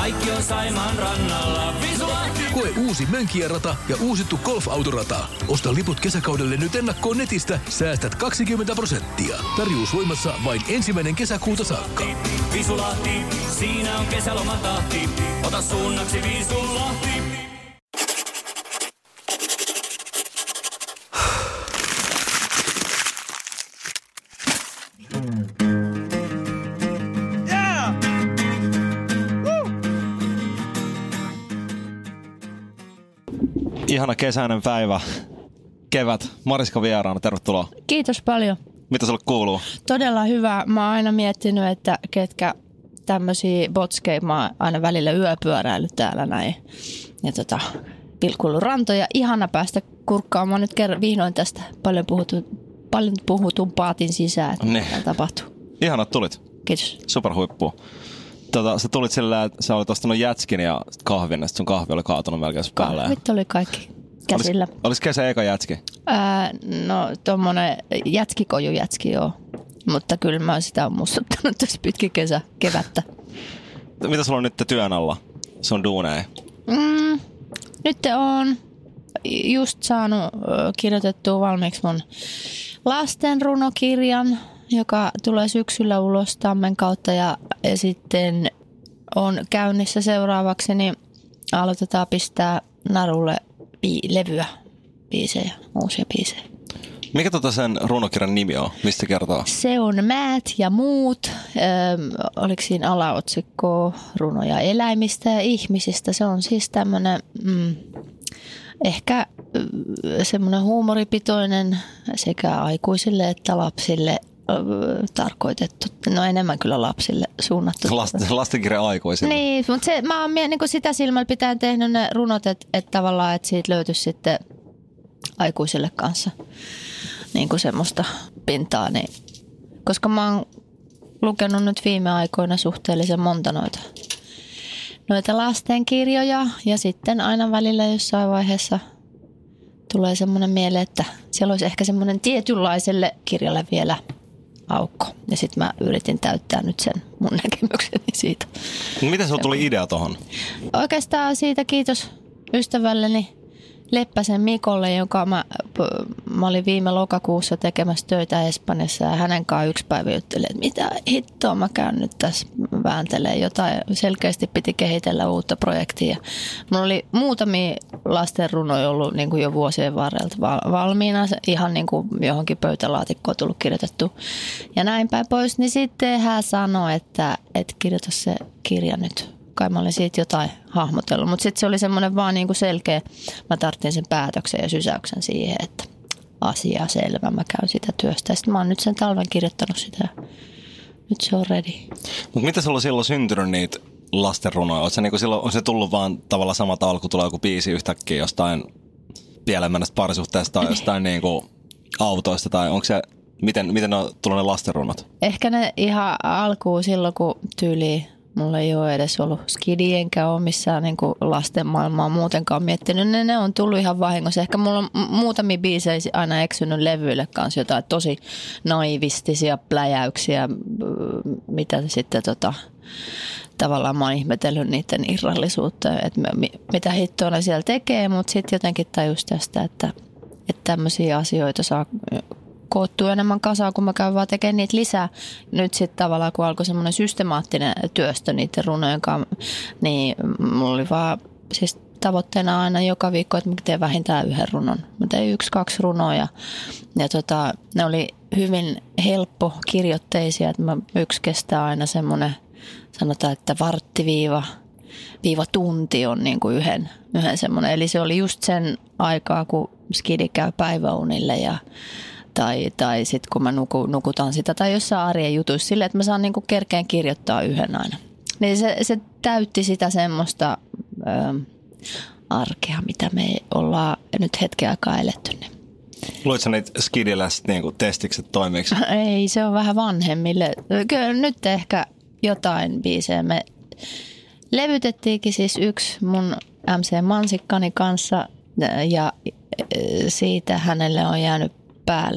kaikki on Saimaan rannalla. Visulahti! Koe uusi Mönkijärata ja uusittu golfautorata. Osta liput kesäkaudelle nyt ennakkoon netistä, säästät 20%. Tarjous voimassa vain 1. kesäkuuta saakka. Visulahti, siinä on kesälomatahti. Ota suunnaksi Visulahti. Ihana kesäinen päivä, kevät. Mariska vieraana, tervetuloa. Kiitos paljon. Mitä sulle kuuluu? Todella hyvä. Mä oon aina miettinyt, että ketkä tämmöisiä botskeja, mä oon aina välillä yöpyöräillyt täällä näin. Ja pilkkuillut rantoja. Ihana päästä kurkkaamaan nyt vihdoin tästä paljon puhutun paatin sisään, että mitä tapahtuu. Ihana, että tulit. Kiitos. Superhuippu. Sä tulit sillä, että sä olit ostanut jätskin ja kahvin, ja sun kahvi oli kaatunut melkein päälle. Kahvit oli kaikki käsillä. Olis kesä eka jätski? No tommonen jätski, joo. Mutta kyllä mä oon sitä muistuttanut tässä pitkin kevättä. Mitä sulla on nyt työn alla? Sun duunei? Nyt on just saanut kirjoitettua valmiiksi mun lastenrunokirjan, joka tulee syksyllä ulos Tammen kautta ja sitten on käynnissä seuraavaksi, niin aloitetaan pistää narulle levyä, biisejä, uusia biisejä. Mikä sen runokirjan nimi on? Mistä kertoo? Se on Määt ja muut. Oliko siinä alaotsikko runoja eläimistä ja ihmisistä? Se on siis tämmöinen ehkä semmoinen huumoripitoinen sekä aikuisille että lapsille tarkoitettu. No enemmän kyllä lapsille suunnattu. Lastenkirja aikuisille. Niin, mutta mä oon niin sitä silmällä pitäen tehnyt ne runot, että tavallaan, että siitä löytyisi sitten aikuisille kanssa niin kuin semmoista pintaa. Niin, koska mä oon lukenut nyt viime aikoina suhteellisen monta noita lastenkirjoja ja sitten aina välillä jossain vaiheessa tulee semmoinen mieleen, että siellä olisi ehkä semmoinen tietynlaiselle kirjalle vielä aukko. Ja sitten mä yritin täyttää nyt sen mun näkemykseni siitä. Miten sulla tuli idea tohon? Oikeastaan siitä kiitos ystävälleni Leppäsen Mikolle, joka mä olin viime lokakuussa tekemässä töitä Espanjassa ja hänen kanssaan yksi päivä juttelin, että mitä hittoa mä käyn nyt tässä vääntelee jotain. Selkeästi piti kehitellä uutta projektia. Mulla oli muutamia lastenrunoja ollut niin kuin jo vuosien varrelta valmiina, ihan niin kuin johonkin pöytälaatikkoon tullut kirjoitettu ja näin päin pois. Niin sitten hän sanoi, että kirjoita se kirja nyt. Kai mä olin siitä jotain hahmotellut, mutta sitten se oli semmoinen vaan niin kuin selkeä. Mä tarvitsin sen päätöksen ja sysäyksen siihen, että asia selvä, mä käyn sitä työstä. Sitten mä oon nyt sen talven kirjoittanut sitä. Nyt se on ready. Mutta mitä sulla silloin syntynyt niitä lastenrunoja? On se tullut vaan tavallaan samalta alku, tulee joku biisi yhtäkkiä jostain pielemännästä parisuhteesta tai jostain niin kuin autoista tai onko se, miten on tullut ne lastenrunot? Ehkä ne ihan alkuun silloin, kun tyyliin mulla ei ole edes ollut skidi enkä ole missään niin kuin lasten maailmaa muutenkaan miettinyt. Ne on tullut ihan vahingossa. Ehkä mulla on muutamia biisejä aina eksynyt levyille kanssa jotain tosi naivistisia pläjäyksiä, mitä sitten tavallaan mä oon ihmetellyt niiden irrallisuutta, että mitä hittoa ne siellä tekee, mutta sitten jotenkin tajus tästä, että tämmöisiä asioita saa koottua enemmän kasaan, kun mä käyn vaan tekemään niitä lisää. Nyt sitten tavallaan, kun alkoi semmoinen systemaattinen työstö niiden runojen kanssa, niin mulla oli vaan siis tavoitteena aina joka viikko, että mä teen vähintään yhden runon. Mä tein 1-2 runoa ja ne oli hyvin helppo kirjoitteisia, että yksi kestää aina semmoinen, sanotaan, että vartti-tunti on niin kuin yhden semmoinen. Eli se oli just sen aikaa, kun skidi käy päiväunille ja tai sitten kun mä nukutaan sitä tai jossain arjen jutuissa silleen, että mä saan niinku kerkeen kirjoittaa yhden aina. Niin se täytti sitä semmoista arkea, mitä me ollaan nyt hetken aikaa eletty. Niin. Luitko niitä skidillä niinku testikset toimiksi? Ei, se on vähän vanhemmille. Kyllä nyt ehkä jotain biisejä. Me levytettiinkin siis yksi mun MC Mansikkani kanssa ja siitä hänelle on jäänyt päälle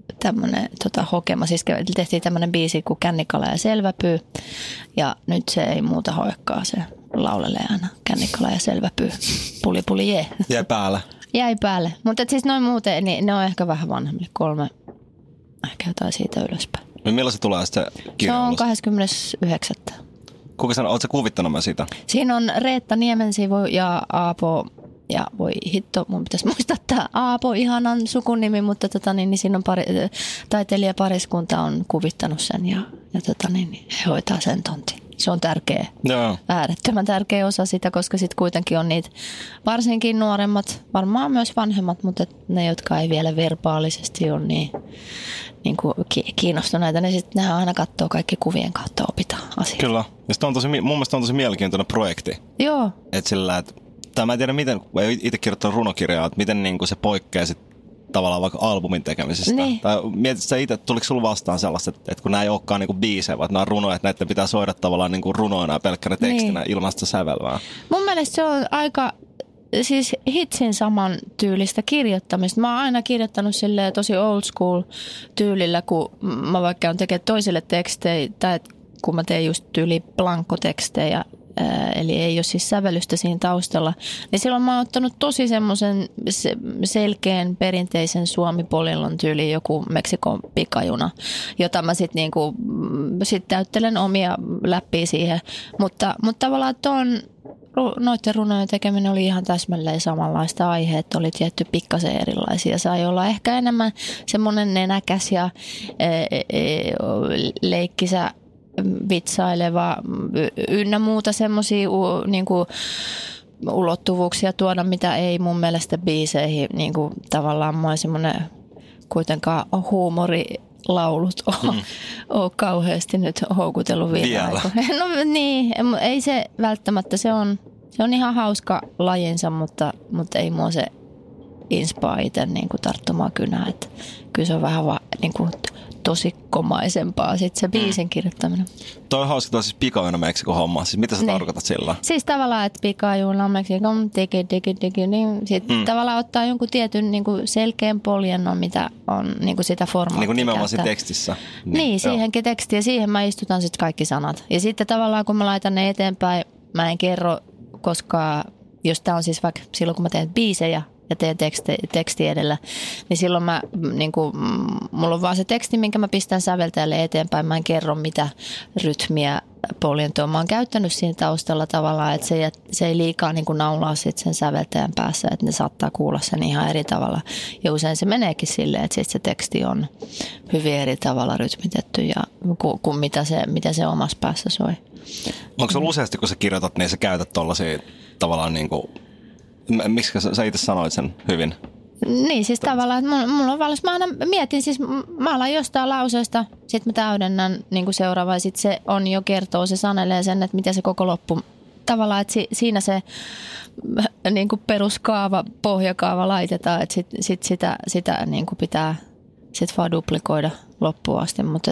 tämmöinen hokema. Siis tehtiin tämmöinen biisi kuin Kännikala ja Selväpyy. Ja nyt se ei muuta hoekkaa, se laulelee aina Kännikala ja Selväpyy. Puli puli jee. Jäi päällä. Jäi päälle. Mutta siis noin muuten, niin ne on ehkä vähän vanhemmille. 3, ehkä jotain siitä ylöspäin. No milloin se tulee sitten kirja? Se on 29. Kuka sanoo, ootko sä kuvittanut mä sitä? Siinä on Reetta Niemensivu ja Aapo, ja voi hitto, mun pitäisi muistaa tämä Aapo, ihanan sukunimi, mutta niin siinä on taiteilijapariskunta on kuvittanut sen ja he hoitaa sen tontin. Se on tärkeä, äärettömän tärkeä osa sitä, koska sitten kuitenkin on niitä varsinkin nuoremmat, varmaan myös vanhemmat, mutta ne, jotka ei vielä verbaalisesti ole niin kuin kiinnostuneita, niin sitten nehän aina katsoo kaikki kuvien kautta opitaan asiaa. Kyllä. Ja mun mielestä on tosi mielenkiintoinen projekti. Joo. Että sillä, tai mä en tiedä miten, kun ei itse kirjoittanut runokirjaa, että miten niin kuin se poikkeaa sitten tavallaan vaikka albumin tekemisestä. Niin. Tai mietit sä itse, tuliko sulla vastaan sellaista, että kun nämä ei olekaan niinku biisejä, vaan nämä on runoja, että näitä pitää soida tavallaan niinku runoina ja pelkkänä tekstinä ilman sitä sävelmää. Mun mielestä se on aika siis hitsin saman tyylistä kirjoittamista. Mä oon aina kirjoittanut silleen tosi old school tyylillä, kun mä vaikka on tekemään toisille tekstejä, tai kun mä teen just tyyli blankkotekstejä, eli ei ole siis sävellystä siinä taustalla, niin silloin mä oon ottanut tosi semmoisen selkeän perinteisen suomipolillon tyyliin joku Meksikon pikajuna, jota mä sitten niinku, sit täyttelen omia läppiä siihen, mutta tavallaan noiden runojen tekeminen oli ihan täsmälleen samanlaista. Aiheet oli tietty pikkasen erilaisia. Sai olla ehkä enemmän semmoinen nenäkäs ja leikkisä vitsaileva ynnä muuta semmoisia niinku ulottuvuuksia tuoda, mitä ei mun mielestä biiseihin niinku tavallaan mua semmoinen kuitenkaan huumorilaulut ole kauheasti nyt houkutellut viime aikoina. No niin, ei se välttämättä, se on ihan hauska lajinsa, mutta ei mua se inspaa itse niinku tarttumaan kynää, että kyllä se on vähän niinku tosikkomaisempaa sitten se biisin kirjoittaminen. Toi on hauska, toi siis pikajuna Meksikon homma. Siis mitä sä tarkoitat sillä? Siis tavallaan, että pikajuna Meksikon digi, niin sitten tavallaan ottaa jonkun tietyn niinku selkeän poljennon, mitä on niinku sitä formaattia. Niin kuin nimenomaan siinä tekstissä. Niin siihenkin tekstiin ja siihen mä istutan sitten kaikki sanat. Ja sitten tavallaan, kun mä laitan ne eteenpäin, mä en kerro, koska jos tää on siis vaikka silloin, kun mä teen biisejä, ja teen teksti edellä, niin silloin mulla on vaan se teksti, minkä mä pistän säveltäjälle eteenpäin. Mä en kerro, mitä rytmiä poljentoa mä oon käyttänyt siinä taustalla tavallaan, että se ei liikaa niin kuin naulaa sit sen säveltäjän päässä, että ne saattaa kuulla sen ihan eri tavalla. Ja usein se meneekin silleen, että sit se teksti on hyvin eri tavalla rytmitetty ja kuin mitä se omassa päässä soi. Onko se useasti, kun sä kirjoitat, niin sä käytät tollaisia tavallaan niin kuin miksi sä itse sanoit sen hyvin? Niin, siis tavallaan, että mulla on valmis. Mä aina mietin, siis mä alan jostain lauseesta, sit mä täydennän niin kuin seuraava, ja sit se on jo kertoo, se sanelee sen, että miten se koko loppu, tavallaan, että siinä se niin kuin peruskaava, pohjakaava laitetaan, että sit sitä niin kuin pitää sit vaan duplikoida loppuun asti, mutta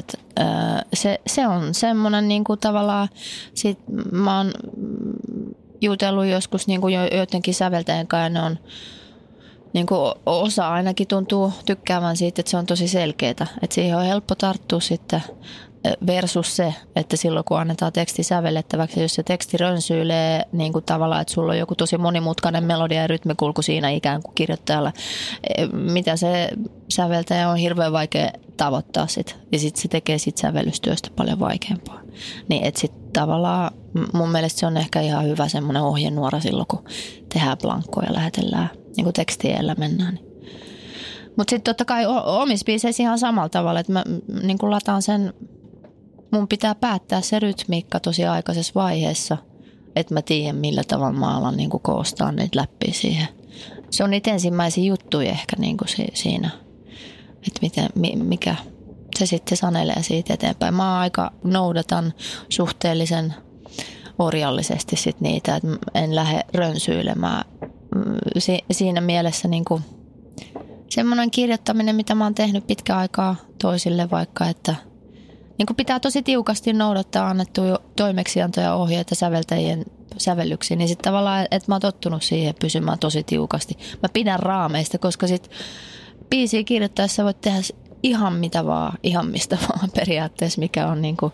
se on semmoinen niin kuin tavallaan, sit mä oon jutellut joskus niin kuin joidenkin säveltäjien kanssa, ne on niin kuin osa ainakin tuntuu tykkäävän siitä, että se on tosi selkeää, että siihen on helppo tarttua sitten versus se, että silloin kun annetaan teksti sävellettäväksi, jos se teksti rönsyilee niin kuin tavallaan, että sulla on joku tosi monimutkainen melodia ja rytmikulku siinä ikään kuin kirjoittajalla, mitä se säveltäjä on hirveän vaikea tavoittaa sit. Ja sitten se tekee siitä sävellystyöstä paljon vaikeampaa. Niin että sitten tavallaan mun mielestä se on ehkä ihan hyvä semmoinen ohjenuora silloin, kun tehdään blankkoja ja lähetellään niin kuin tekstiellä mennään. Mutta sitten totta kai omissa biiseissä ihan samalla tavalla, että mä niin kuin lataan sen, mun pitää päättää se rytmiikka tosi aikaisessa vaiheessa, että mä tiedän millä tavalla mä alan niin kuin koostaa niitä läpi siihen. Se on niitä ensimmäisiä juttuja ehkä niin kuin siinä, että mikä se sitten sanelee siitä eteenpäin. Mä aika noudatan suhteellisen orjallisesti sit niitä, että en lähde rönsyilemään. Siinä mielessä niin kuin semmoinen kirjoittaminen, mitä mä oon tehnyt pitkän aikaa toisille vaikka, että niin kuin pitää tosi tiukasti noudattaa annettuja toimeksiantoja ohjeita säveltäjien sävellyksiin, niin sitten tavallaan, että mä oon tottunut siihen pysymään tosi tiukasti. Mä pidän raameista, koska sitten biisiä kirjoittaessa voit tehdä ihan mitä vaan, ihan mistä vaan periaatteessa, mikä on niin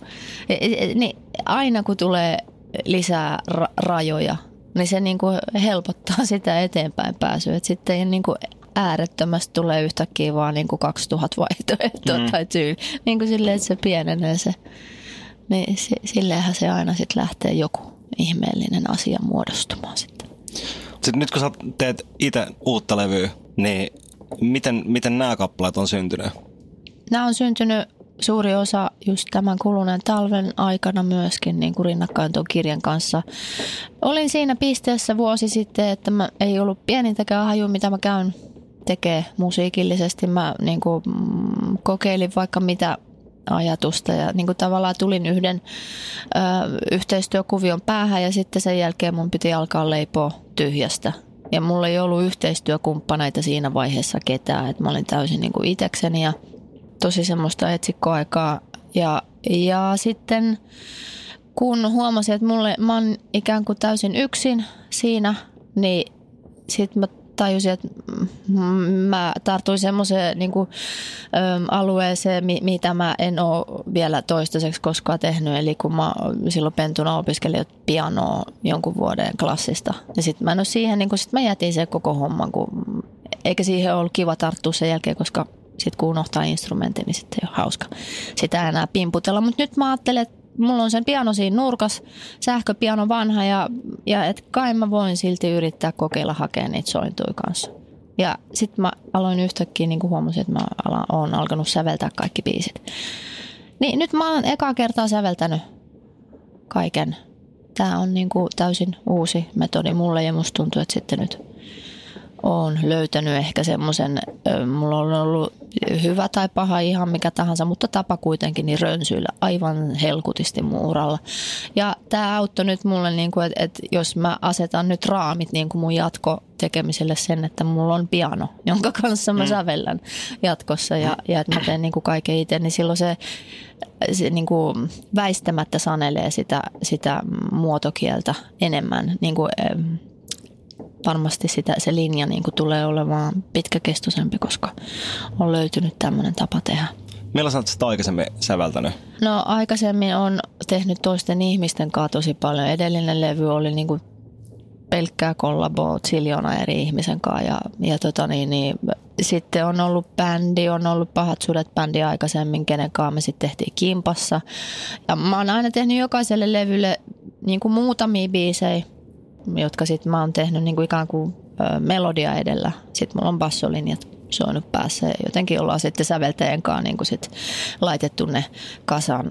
aina kun tulee lisää rajoja, niin se niin kuin helpottaa sitä eteenpäin pääsyä. Et sitten ei niin kuin äärettömästi tulee yhtäkkiä vaan niin kuin 2000 vaihtoehtoa tai tyyli. Niin kuin silleen, että se pienenee se. Niin silleenhän se aina sitten lähtee joku ihmeellinen asia muodostumaan sitten. Sitten nyt kun sä teet itse uutta levyä, niin miten nämä kappaleet on syntynyt? Nämä on syntynyt suuri osa just tämän kuluneen talven aikana myöskin niin kuin rinnakkain tuon kirjan kanssa. Olin siinä pisteessä vuosi sitten, että mä ei ollut pienintäkään haju, mitä mä käyn tekee musiikillisesti. Mä niin kuin kokeilin vaikka mitä ajatusta ja niin kuin tavallaan tulin yhden yhteistyökuvion päähän ja sitten sen jälkeen mun piti alkaa leipoa tyhjästä. Ja mulla ei ollut yhteistyökumppaneita siinä vaiheessa ketään, että mä olin täysin niin kuin itekseni ja tosi semmoista etsikkoaikaa. Ja sitten kun huomasin, että mä oon ikään kuin täysin yksin siinä, niin sitten mä tajusin, että mä tartuin semmoiseen niin kuin alueeseen, mitä mä en ole vielä toistaiseksi koskaan tehnyt. Eli kun mä silloin pentuna opiskelin pianoa jonkun vuoden klassista. Ja sitten mä en ole siihen, niin sit mä jätin sen koko homman, eikä siihen ollut kiva tarttua sen jälkeen, koska sitten kun unohtaa instrumentin, niin sitten ei ole hauska sitä enää pimputella. Mutta nyt mä ajattelen, että mulla on sen piano siinä nurkas, sähköpiano vanha ja et kai mä voin silti yrittää kokeilla hakea niitä sointuja kanssa. Ja sitten mä aloin yhtäkkiä, niin kuin huomasin, että mä oon alkanut säveltää kaikki biisit. Niin nyt mä oon ekaa kertaa säveltänyt kaiken. Tää on niin kuin täysin uusi metodi mulle ja musta tuntuu, että sitten nyt oon löytänyt ehkä semmoisen, mulla on ollut hyvä tai paha ihan mikä tahansa, mutta tapa kuitenkin niin rönsyillä aivan helkutisti mun uralla. Ja tää auttoi nyt mulle, niin kuin, että jos mä asetan nyt raamit niin kuin mun jatkotekemiselle sen, että mulla on piano, jonka kanssa mä sävellän jatkossa ja että mä teen niin kuin kaiken itse, niin silloin se niin kuin väistämättä sanelee sitä muotokieltä enemmän niin kuin, varmasti se linja niin kuin tulee olemaan pitkäkestoisempi, koska on löytynyt tämmöinen tapa tehdä. Milloin sä oot sitä aikaisemmin säveltänyt? No aikaisemmin on tehnyt toisten ihmisten kanssa tosi paljon. Edellinen levy oli niin kuin pelkkää kollaboa ziljoona eri ihmisen kanssa ja sitten on ollut bändi, on ollut Pahat sudet bändi aikaisemmin, kenen kanssa me sitten tehtiin kimpassa. Ja mä oon aina tehnyt jokaiselle levylle niin kuin muutamia biisejä, jotka sitten mä oon tehnyt niin kuin ikään kuin melodia edellä. Sitten mulla on bassolinjat soinut päässä ja jotenkin ollaan sitten säveltäjän kanssa niin kuin sit laitettu ne kasaan.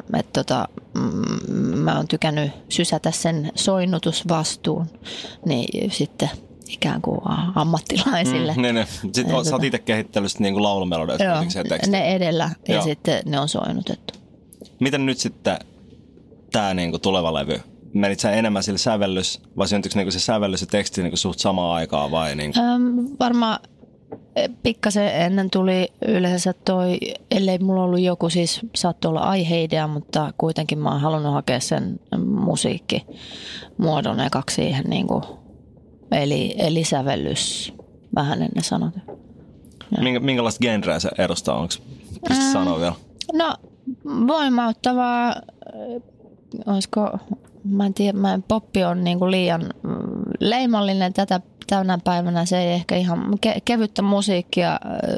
Mä oon tykännyt sysätä sen soinnutusvastuun niin sitten ikään kuin ammattilaisille. Sitten sä oot itse kehittänyt niin kuin laulumelodioita. Joo, ne edellä ja sitten ne on soinnutettu. Miten nyt sitten tämä niin kuin tuleva levy? Menit sä enemmän sille sävellys, vai syntyykö niinku se sävellys ja teksti niinku suht samaan aikaan vai? Niinku? Varmaan pikkasen ennen tuli yleensä ellei mulla ollut joku siis saattoi olla aiheidea, mutta kuitenkin mä oon halunnut hakea sen musiikkimuodon ekaksi siihen niinku, eli sävellys vähän ennen sanot. Minkälaista genreä se edustaa? Onko pysty sanoa vielä? No voimauttavaa, olisiko... Mä en tiedä, poppi on niinku liian leimallinen tänä päivänä. Se ei ehkä ihan kevyttä musiikkia,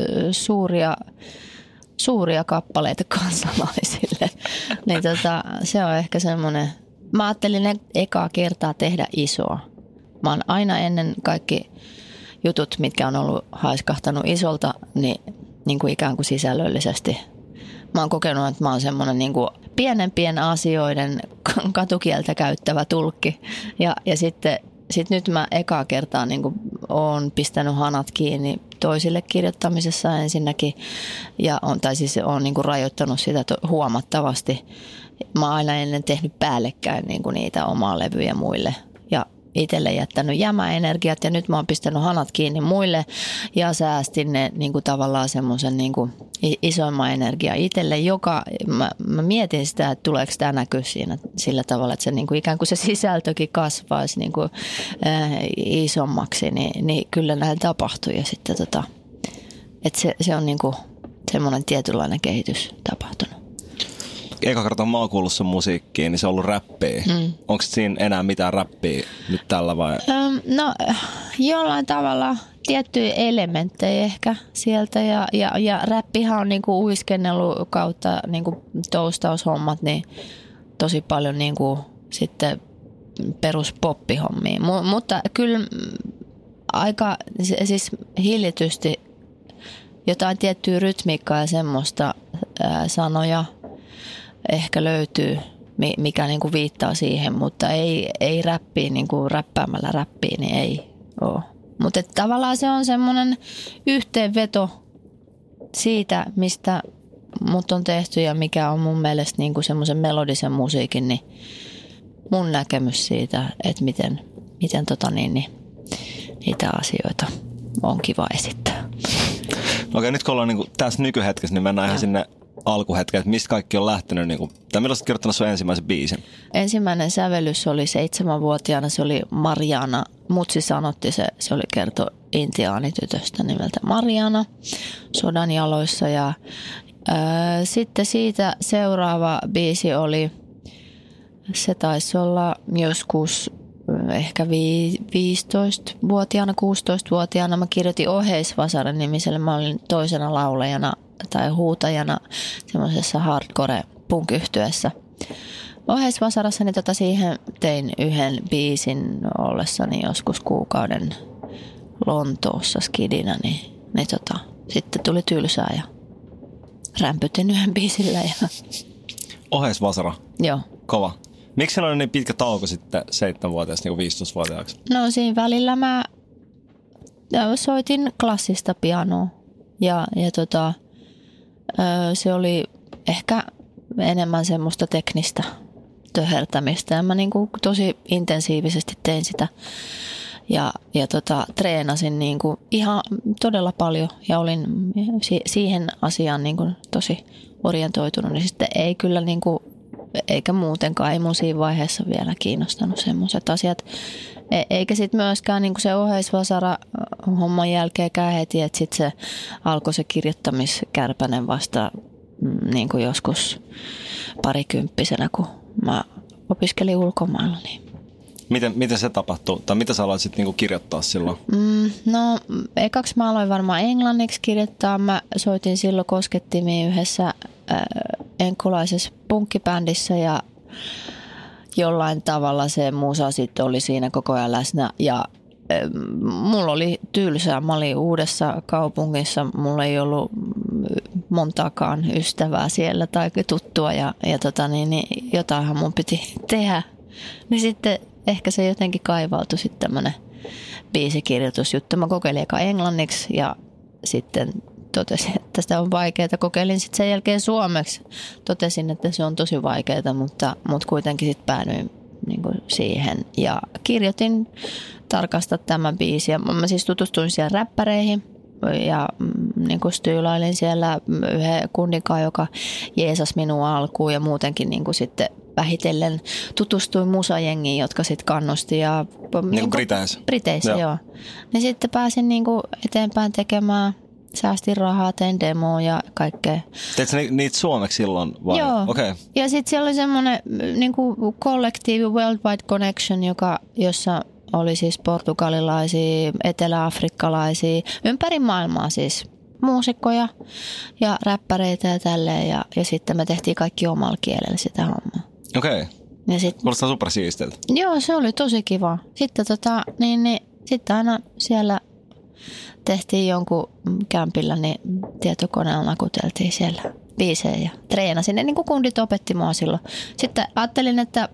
suuria kappaleita kansalaisille. Niin se on ehkä semmoinen. Mä ajattelin ekaa kertaa tehdä isoa. Mä oon aina ennen kaikki jutut, mitkä on ollut haiskahtanut isolta, niin kuin ikään kuin sisällöllisesti. Mä oon kokenut, että mä oon semmoinen niin kuin pienempien asioiden katukieltä käyttävä tulkki. Ja sitten nyt mä ekaa kertaa niin kuin oon pistänyt hanat kiinni toisille kirjoittamisessa ensinnäkin. Ja on niin kuin rajoittanut sitä huomattavasti. Mä oon aina ennen tehnyt päällekkäin niin kuin niitä omaa levyjä muille. Ja itselle jättänyt jämäenergiat ja nyt mä oon pistänyt hanat kiinni muille ja säästin ne niin kuin tavallaan semmoisen niin kuin isoimman energiaa itselle, mä mietin sitä, että tuleeko tämä näkyä siinä sillä tavalla, että se niin kuin ikään kuin se sisältökin kasvaisi niin kuin, isommaksi, niin kyllä näin tapahtui ja sitten että se on niin kuin, semmoinen tietynlainen kehitys tapahtunut. Eka kertaa mä oon kuullut sun musiikkiin, niin se on ollut räppiä. Onko siinä enää mitään räppiä nyt tällä vai? No jollain tavalla tiettyjä elementtejä ehkä sieltä ja räppihän on niinku uiskennellut kautta niinku toustaushommat niin tosi paljon niinku sitten peruspoppihommia. Mutta kyllä aika siis hillitysti jotain tiettyä rytmiikkaa ja semmoista sanoja ehkä löytyy, mikä niinku viittaa siihen, mutta ei räppiä, niinku räppäämällä räppiä, niin ei ole. Mutta tavallaan se on semmoinen yhteenveto siitä, mistä mut on tehty ja mikä on mun mielestä niinku semmoisen melodisen musiikin, niin mun näkemys siitä, että miten niitä asioita on kiva esittää. Okei, nyt kun ollaan niinku tässä nykyhetkessä, niin mennään ihan sinne alkuhetkeen, että mistä kaikki on lähtenyt, niin tai milloin olet kirjoittanut sun ensimmäisen biisin? Ensimmäinen sävellys oli 7-vuotiaana, se oli Mariana. Mutsi sanotti, se oli kerto intiaanitytöstä nimeltä Mariana sodan jaloissa. Ja sitten siitä seuraava biisi oli, se taisi olla joskus ehkä 15-vuotiaana, 16-vuotiaana. Mä kirjoitin Oheisvasaran nimiselle, mä olin toisena laulajana tai huutajana semmoisessa hardcore-punk-yhtyeessä. Oheisvasarassa niin siihen tein yhden biisin ollessani joskus kuukauden Lontoossa skidinä, niin sitten tuli tylsää ja rämpytin yhden biisillä. Ja... Oheisvasara? Joo. Kova. Miksi siinä oli niin pitkä tauko sitten 7-vuotiaasta niin 15-vuotiaaksi? No siinä välillä mä soitin klassista pianoa ja se oli ehkä enemmän semmoista teknistä töhertämistä ja mä niinku tosi intensiivisesti tein sitä ja treenasin niinku ihan todella paljon ja olin siihen asiaan niinku tosi orientoitunut, niin sitten ei kyllä niinku, eikä muutenkaan, ei mun siinä vaiheessa vielä kiinnostanut semmoiset asiat. Eikä sitten myöskään niinku se Oheisvasara homman jälkeenkään heti, että sitten se alkoi se kirjoittamiskärpänen vasta niinku joskus parikymppisenä, kun mä opiskelin ulkomailla. Niin. Miten se tapahtui? Tai mitä sä aloit sitten niinku kirjoittaa silloin? No ekaksi mä aloin varmaan englanniksi kirjoittaa. Mä soitin silloin koskettimiin yhdessä enkkulaisessa punkkibändissä ja jollain tavalla se musa sitten oli siinä koko ajan läsnä ja mulla oli tylsää. Mä olin uudessa kaupungissa, mulla ei ollut montaakaan ystävää siellä tai tuttua ja jotainhan mun piti tehdä. Niin sitten ehkä se jotenkin kaivautui sitten tämmönen biisikirjoitusjuttu. Mä kokeilin eka englanniksi ja sitten totesin, että sitä on vaikeaa. Kokeilin sitten sen jälkeen suomeksi. Totesin, että se on tosi vaikeaa, mutta kuitenkin sitten päädyin niinku siihen. Ja kirjoitin tarkasta tämän biisin. Mä siis tutustuin siellä räppäreihin ja niinku styylailin siellä yhden kundinkaan, joka jeesas minua alkuun ja muutenkin niinku sitten vähitellen tutustuin musajengiin, jotka sitten kannusti. Ja, niin Briteissä? Briteissä, joo. Niin sitten pääsin niinku eteenpäin tekemään. Säästin rahaa, tein demoa ja kaikkea. Teetkö niitä suomeksi silloin? Vai? Joo. Okay. Ja sitten siellä oli semmoinen niinku kollektiivi Worldwide Connection, jossa oli siis portugalilaisia, eteläafrikkalaisia, ympäri maailmaa siis muusikkoja ja räppäreitä ja tälleen. Ja sitten me tehtiin kaikki omalla kielellä sitä hommaa. Okei. Okay. Kuulostaa supersiistiltä. Joo, se oli tosi kiva. Sitten, sitten aina siellä tehtiin jonkun kämpillä, niin tietokoneella nakuteltiin siellä biisejä ja treenasin. Ja niin kuin kundit opetti mua silloin. Sitten ajattelin, että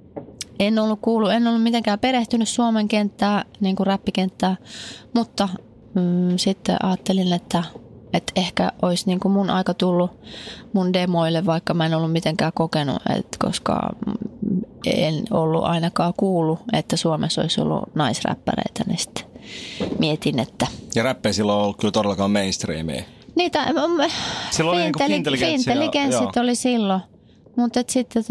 en ollut mitenkään perehtynyt Suomen kenttää, niin kuin räppikenttää, mutta sitten ajattelin, että ehkä olisi niin kuin mun aika tullut mun demoille, vaikka mä en ollut mitenkään kokenut, koska en ollut ainakaan kuullut, että Suomessa olisi ollut naisräppäreitä, niin sitten mietin, että... Ja räppejä silloin on ollut kyllä todellakaan mainstreamia. Niitä, Fintelligenssit oli silloin, mutta sitten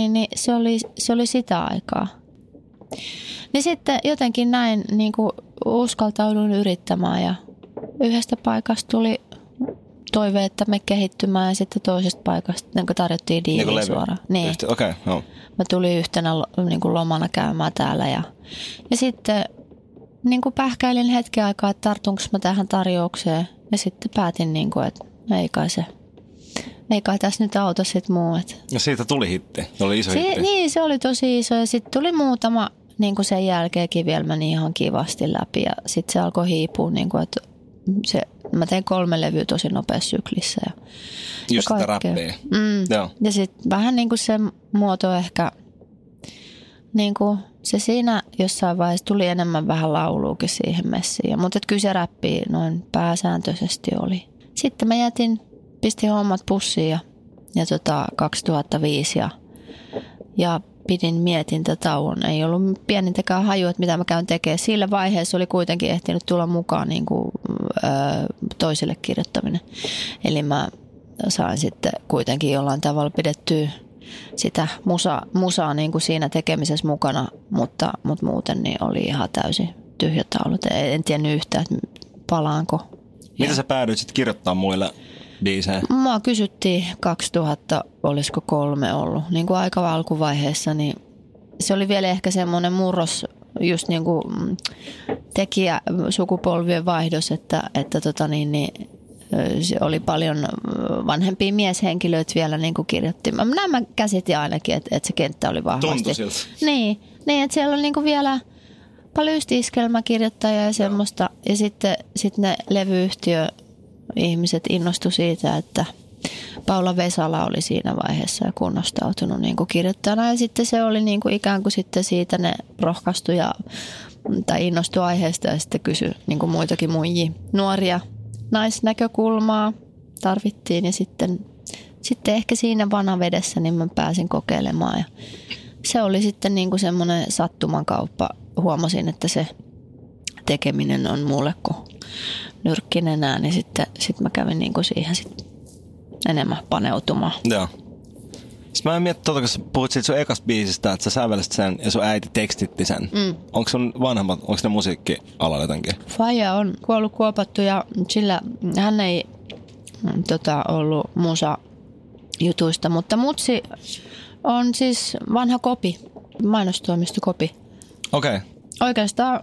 se oli sitä aikaa. Niin sitten jotenkin näin niin kuin uskaltauduin yrittämään ja yhdestä paikasta toive, että me kehittymään ja sitten toisesta paikasta niin tarjottiin diiliä suoraan. Niin. Okay, no. Mä tulin yhtenä niin kuin lomana käymään täällä ja sitten niin kuin pähkäilin hetken aikaa, että tartunko mä tähän tarjoukseen ja sitten päätin, niin kuin, että ei kai tässä nyt auta sit muu. Ja siitä tuli hitti, se oli iso hitti. Niin, se oli tosi iso ja sitten tuli muutama, niin kuin sen jälkeenkin vielä meni ihan kivasti läpi ja sitten se alkoi hiipua, niin kuin, että mä tein 3 levyä tosi nopeassa syklissä. Just sitä räppiä. Ja sitten vähän niin kuin se muoto ehkä, niin kuin se siinä jossain vaiheessa tuli enemmän vähän lauluukin siihen messiin. Mutta kyllä se räppi noin pääsääntöisesti oli. Sitten mä pistin hommat pussiin ja 2005 ja pidin mietintätauon. Ei ollut pienintäkään hajua, että mitä mä käyn tekemään. Sillä vaiheessa oli kuitenkin ehtinyt tulla mukaan niin kuin, toiselle kirjoittaminen. Eli mä sain sitten kuitenkin jollain tavalla pidettyä sitä musaa niin kuin siinä tekemisessä mukana, mutta muuten niin oli ihan täysin tyhjä taulut. En tiennyt yhtään, että palaanko. Mitä sä päädyit sitten kirjoittaa muille biisejä? Mua kysyttiin 2000, olisiko 3 ollut, niin kuin aika alkuvaiheessa, niin se oli vielä ehkä semmoinen murros, just niin kuin tekijä sukupolvien vaihdos, että se oli paljon vanhempia mieshenkilöitä vielä niin kuin kirjoitti. Näin mä käsitin ainakin, että se kenttä oli vahvasti. Tuntui siltä. Niin, että siellä oli niin kuin vielä paljon just iskelmäkirjoittajia ja semmoista. Ja sitten ne levyyhtiö-ihmiset innostu siitä, että Paula Vesala oli siinä vaiheessa ja kunnostautunut niin kuin kirjoittajana. Ja sitten se oli niin kuin ikään kuin sitten siitä ne rohkaistui tai innostui aiheesta ja sitten kysyi niin kuin muitakin muijia. Nuoria naisnäkökulmaa tarvittiin ja sitten ehkä siinä vanavedessä niin mä pääsin kokeilemaan. Ja se oli sitten niin kuin semmoinen sattumankauppa. Huomasin, että se tekeminen on mulle kuin nyrkkinenää, niin sitten mä kävin niin kuin siihen sitten enemmän paneutumaan. Joo. Sitten mä en miettiä, kun sä puhut siitä sun ekasta biisistä, että sä sävelsit sen ja sun äiti tekstitti sen. Onko sun vanhemmat, onko ne musiikkialalla jotenkin? Faija on kuollut kuopattu ja sillä hän ei ollut musa-jutuista, mutta mutsi on siis vanha kopi, mainostoimistokopi. Okei. Oikeastaan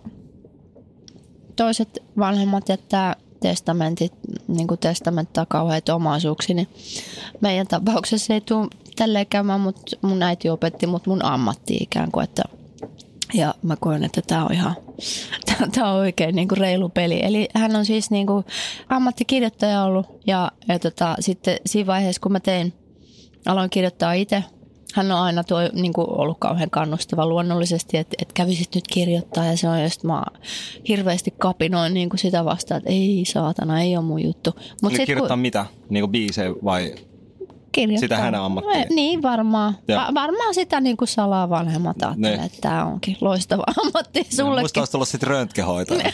toiset vanhemmat jättää testamentit, niin kuin testamenttaa kauheita omaisuuksia, niin meidän tapauksessa ei tule tälleen käymään, mutta mun äiti opetti mut mun ammatti ikään kuin, ja mä koen, että tää on oikein niin kuin reilu peli. Eli hän on siis niin kuin ammattikirjoittaja ollut ja sitten siinä vaiheessa, kun mä aloin kirjoittaa itse, hän on aina niin kuin ollut kauhean kannustava luonnollisesti, että kävisit nyt kirjoittaa ja se on just mä hirveästi kapinoin niin kuin sitä vastaan, että ei saatana, ei ole mun juttu. Mut kirjoittaa mitä? Niin kuin biisejä vai sitä hänen ammattia? Niin varmaan. Varmaan sitä niin kuin salaa vanhemmat ajattelee, että tämä onkin loistava ammatti sullekin. Musta olisi tullut sitten röntgenhoitaja.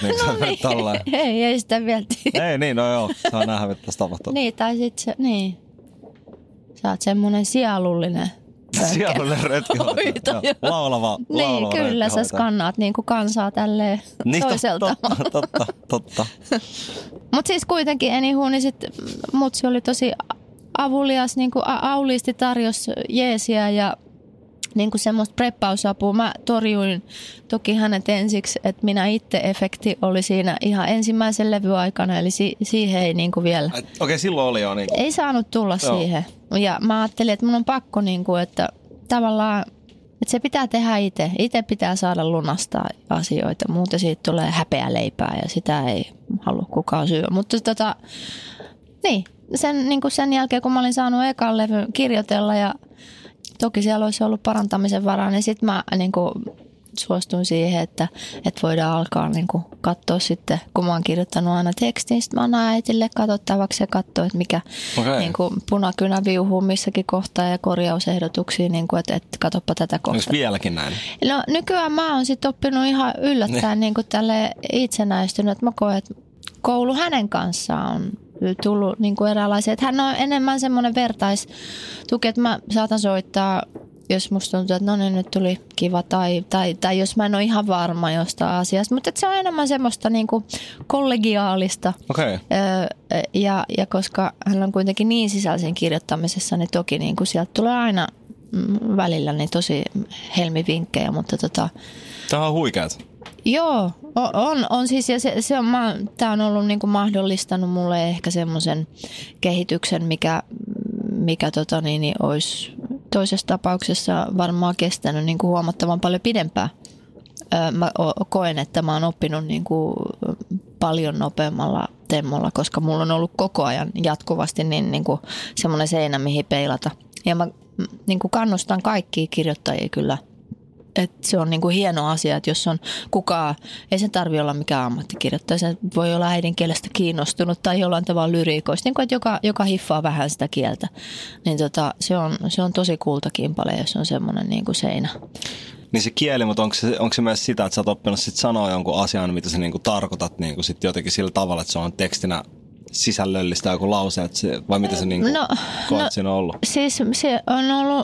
Ei sitä vielä tiedä. Ei niin, no joo, saa nähdä, mitä tässä tapahtuu. Niin, tai sitten se, niin. Sä oot semmoinen sielullinen. Sielullinen röntgenhoitaja. Laulava niin, kyllä sä skannaat niin kuin kansaa tälleen niin, toiselta. Totta. Mutta siis kuitenkin anywho, niin sit mutsi oli tosi avulias, niin kuin auliisti tarjosi jeesiä ja niin kuin semmoista preppausapua. Mä torjuin toki hänet ensiksi, että minä itse efekti oli siinä ihan ensimmäisen levyn aikana, eli siihen ei niin kuin vielä. Okei, silloin oli jo. Niin kuin. Ei saanut tulla siihen. Ja mä ajattelin, että mun on pakko, niin kuin, että tavallaan, että se pitää tehdä itse. Itse pitää saada lunastaa asioita, muuten siitä tulee häpeä leipää ja sitä ei halua kukaan syödä. Mutta niin. Sen jälkeen, kun mä olin saanut ekan levyn kirjoitella ja toki siellä olisi ollut parantamisen varaa, niin sitten mä niin kuin suostuin siihen, että voidaan alkaa niin kuin katsoa sitten, kun mä oon kirjoittanut aina tekstin, sitten mä annan äitille katsottavaksi ja katsoa, että mikä niin kuin punakynä viuhuu missäkin kohtaa ja korjausehdotuksia, niin kuin, että katsoppa tätä kohtaa. Onko vieläkin näin? No nykyään mä oon sitten oppinut ihan yllättäen niin kuin tälleen itsenäistynyt, että mä koen, että koulu hänen kanssaan on tullut niin kuin eräänlaisia. Että hän on enemmän semmoinen vertaistuki, että mä saatan soittaa jos musta tuntuu, että no niin, nyt tuli kiva tai jos mä en ole ihan varma jostain asiasta. Mutta se on enemmän semmoista niinku kollegiaalista. Okay. Ja koska hän on kuitenkin niin sisäisen kirjoittamisessa, niin toki niinku sieltä tulee aina välillä niin tosi helmivinkkejä, mutta Tämä on huikeat. Joo, on siis, ja tämä on ollut niinku mahdollistanut mulle ehkä semmoisen kehityksen, mikä olisi toisessa tapauksessa varmaan kestänyt niinku huomattavan paljon pidempään. Mä koen, että mä oon oppinut niinku paljon nopeammalla temmolla, koska mulla on ollut koko ajan jatkuvasti niinku semmoinen seinä, mihin peilata. Ja mä niinku kannustan kaikkia kirjoittajia kyllä. Että se on niinku hieno asia, että jos on kukaan, ei sen tarvitse olla mikään ammattikirjoittaja, se voi olla äidinkielestä kiinnostunut tai jollain tavalla lyriikoista, niin että joka hiffaa vähän sitä kieltä. Niin se on tosi kultakimpale, jos on semmoinen niinku seinä. Niin se kieli, mutta onko se myös sitä, että sä oot oppinut sit sanoa jonkun asian, mitä sä niinku tarkoitat niinku sit jotenkin sillä tavalla, että se on tekstinä sisällöllistä joku lause, että vai mitä se niinku koet siinä on ollut? Siis se on ollut...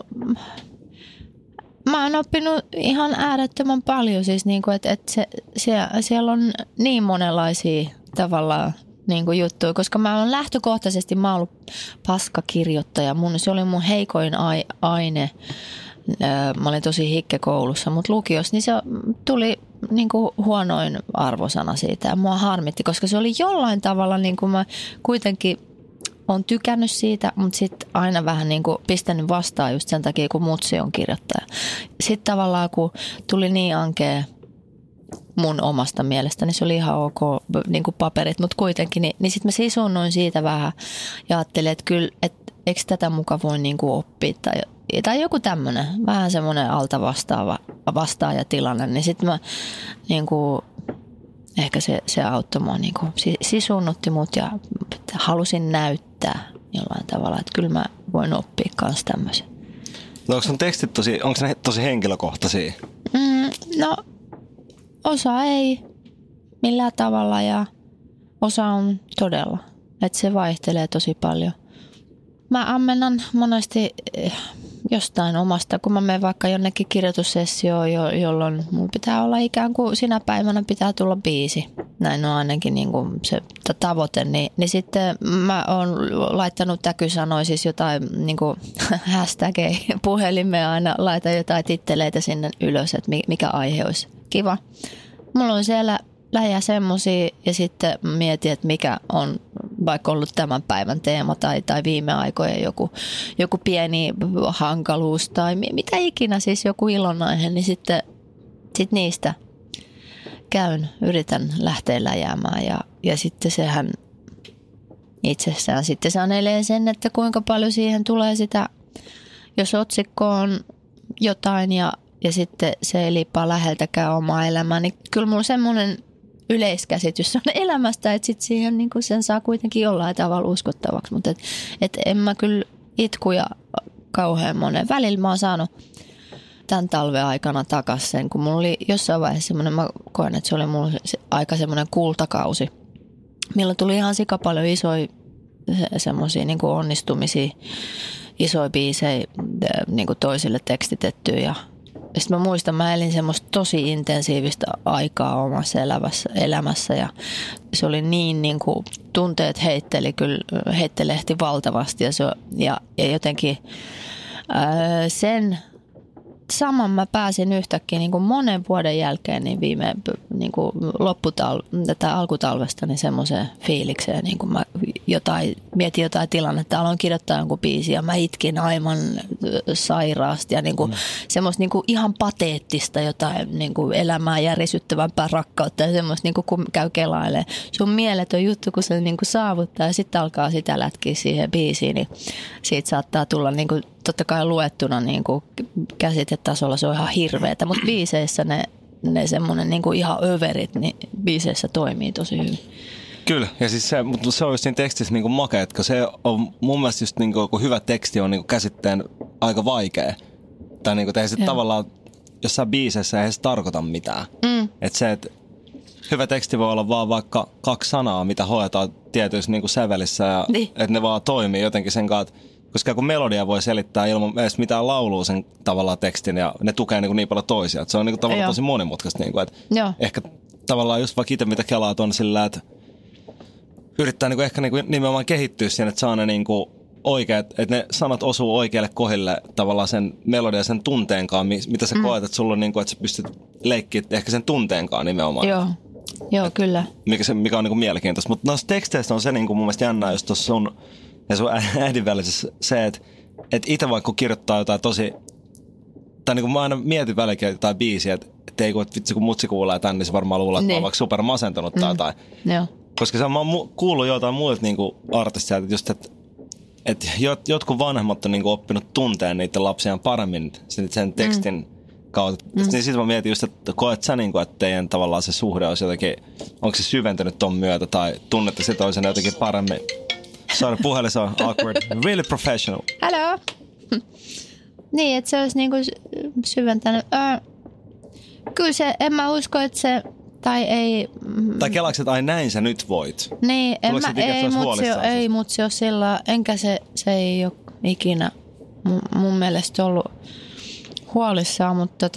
Mä oon oppinut ihan äärettömän paljon, siis niinku, että siellä on niin monenlaisia tavallaan niinku juttuja, koska mä oon lähtökohtaisesti, mä oon ollut paskakirjoittaja, se oli mun heikoin aine. Mä olin tosi hikke koulussa, mutta lukiossa, niin se tuli niinku huonoin arvosana siitä ja mua harmitti, koska se oli jollain tavalla, niin kuin mä kuitenkin on tykännyt siitä, mutta sitten aina vähän niin kuin pistänyt vastaan just sen takia, kun mutsi on kirjoittaja. Sitten tavallaan, kun tuli niin ankea mun omasta mielestäni, se oli ihan ok niin kuin paperit, mutta kuitenkin, niin sitten mä sisunnuin siitä vähän ja ajattelin, että kyllä, että eikö tätä muka voi niin kuin oppia tai joku tämmöinen, vähän semmoinen alta vastaajatilanne, niin sitten mä niin kuin, ehkä se auttoi mua, niin kuin sisunnutti mut ja halusin näyttää jollain tavalla, että kyllä mä voin oppia kans tämmöisen. No onko sun tekstit onko ne tosi henkilökohtaisia? No osa ei millään tavalla ja osa on todella, että se vaihtelee tosi paljon. Mä ammennan monesti jostain omasta, kun mä menen vaikka jonnekin kirjoitussessioon, jolloin mulla pitää olla ikään kuin sinä päivänä pitää tulla biisi. Näin on ainakin niin kuin se tavoite. Niin sitten mä oon laittanut täkysanoja, siis jotain niin kuin hashtageja puhelimeen aina, laitan jotain titteleitä sinne ylös, että mikä aihe olisi kiva. Mulla on siellä lähiä semmosia ja sitten mietin, että mikä on vaikka ollut tämän päivän teema tai viime aikojen joku pieni hankaluus tai mitä ikinä, siis joku ilonaihe, niin sitten niistä yritän lähteä läjäämään ja sitten sehän itsessään sitten sanelee sen, että kuinka paljon siihen tulee sitä, jos otsikko on jotain ja sitten se ei liippaa läheltäkään omaa elämää, niin kyllä mulla semmoinen yleiskäsitys on elämästä, että sit siihen niin sen saa kuitenkin jollain tavalla uskottavaksi, mutta et en mä kyllä itkuja kauhean monen. Välillä mä oon saanut tämän talven aikana takaisin sen, kun mulla oli jossain vaiheessa semmoinen, mä koen, että se oli mulla aika semmoinen kultakausi, milloin tuli ihan sika paljon isoja semmoisia niin onnistumisia, isoja biisejä niin toisille tekstitettyä ja sitten mä muistan, mä elin semmoista tosi intensiivistä aikaa omassa elämässä ja se oli niin kuin tunteet heittelehti valtavasti ja jotenkin sen saman mä pääsin yhtäkkiä niin kuin monen vuoden jälkeen niin viime niin kuin alkutalvesta niin semmoiseen fiilikseen, niin kuin mä mietin jotain tilannetta, aloin kirjoittaa jonkun biisin ja mä itkin aivan sairaasti ja niin kuin semmoista niin kuin ihan pateettista jotain niin kuin elämää järisyttävämpää rakkautta ja semmoista niin kuin kun käy kelailemaan. Sun mieletön juttu, kun se niin kuin saavuttaa ja sitten alkaa sitä lätkiä siihen biisiin, niin siitä saattaa tulla niin kuin totta kai luettuna niin kuin käsitetasolla se on ihan hirveetä, mutta biiseissä ne semmoinen niin kuin ihan överit, niin biiseissä toimii tosi hyvin. Kyllä, ja siis mutta se on just siinä tekstissä niin kuin makea, että se on mun mielestä just niin kuin, kun hyvä teksti on niin kuin käsitteen aika vaikea. Tai niin kuin ei se tavallaan jossain biiseissä ei se tarkoita mitään. Että se, että hyvä teksti voi olla vaan vaikka 2 sanaa, mitä hoetaan tietyissä niin kuin sävelissä ja että ne vaan toimii jotenkin sen kanssa, Koska kun melodia voi selittää ilman edes mitään laulua sen tavallaan tekstin ja ne tukee niin paljon toisia. Et se on niin kuin tavallaan tosi monimutkaista. Niin kuin, että ehkä tavallaan just vaikka itse mitä kelaat on sillä, että yrittää niin kuin ehkä niin kuin nimenomaan kehittyä siihen, että saa ne niin kuin oikeat, että ne sanat osuu oikealle kohdille tavallaan sen melodian sen tunteenkaan, mitä sä koet, että sulla on niin kuin, että sä pystyt leikkiä ehkä sen tunteenkaan nimenomaan. Joo, kyllä. Mikä on niin kuin mielenkiintoista. Mutta noissa teksteistä on se niin kuin mun mielestä jännää just tuossa sun ja sun äidin välisessä se, että itse vaikka kirjoittaa jotain tosi, tai niin kuin mä aina mietin välikin jotain biisiä, että ei kun vitsi kun mutsi kuulee tän, niin se varmaan luulee, että mä oon vaikka super masentunut tai jotain. Joo. Koska se, mä oon kuullut jotain muilta niin kuin artisteja, että just, että jotkut vanhemmat on niin kuin oppinut tunteen niiden lapsiaan paremmin sen tekstin kautta. Niin sitten mä mietin just, että koet sä niin kuin, että teidän tavallaan se suhde olisi jotenkin, onko se syventynyt ton myötä tai tunnette se toisen jotenkin paremmin? Sorry, puhelin on awkward. Really professional. Hello. Niin, että se olisi niinku syventänyt. Kyllä se, en mä usko, että se, tai ei. Tai kelaatko, että ai näin sä nyt voit? Niin, ei mutsi ole sillä, enkä se ei ole ikinä mun mielestä ollut huolissaan, mutta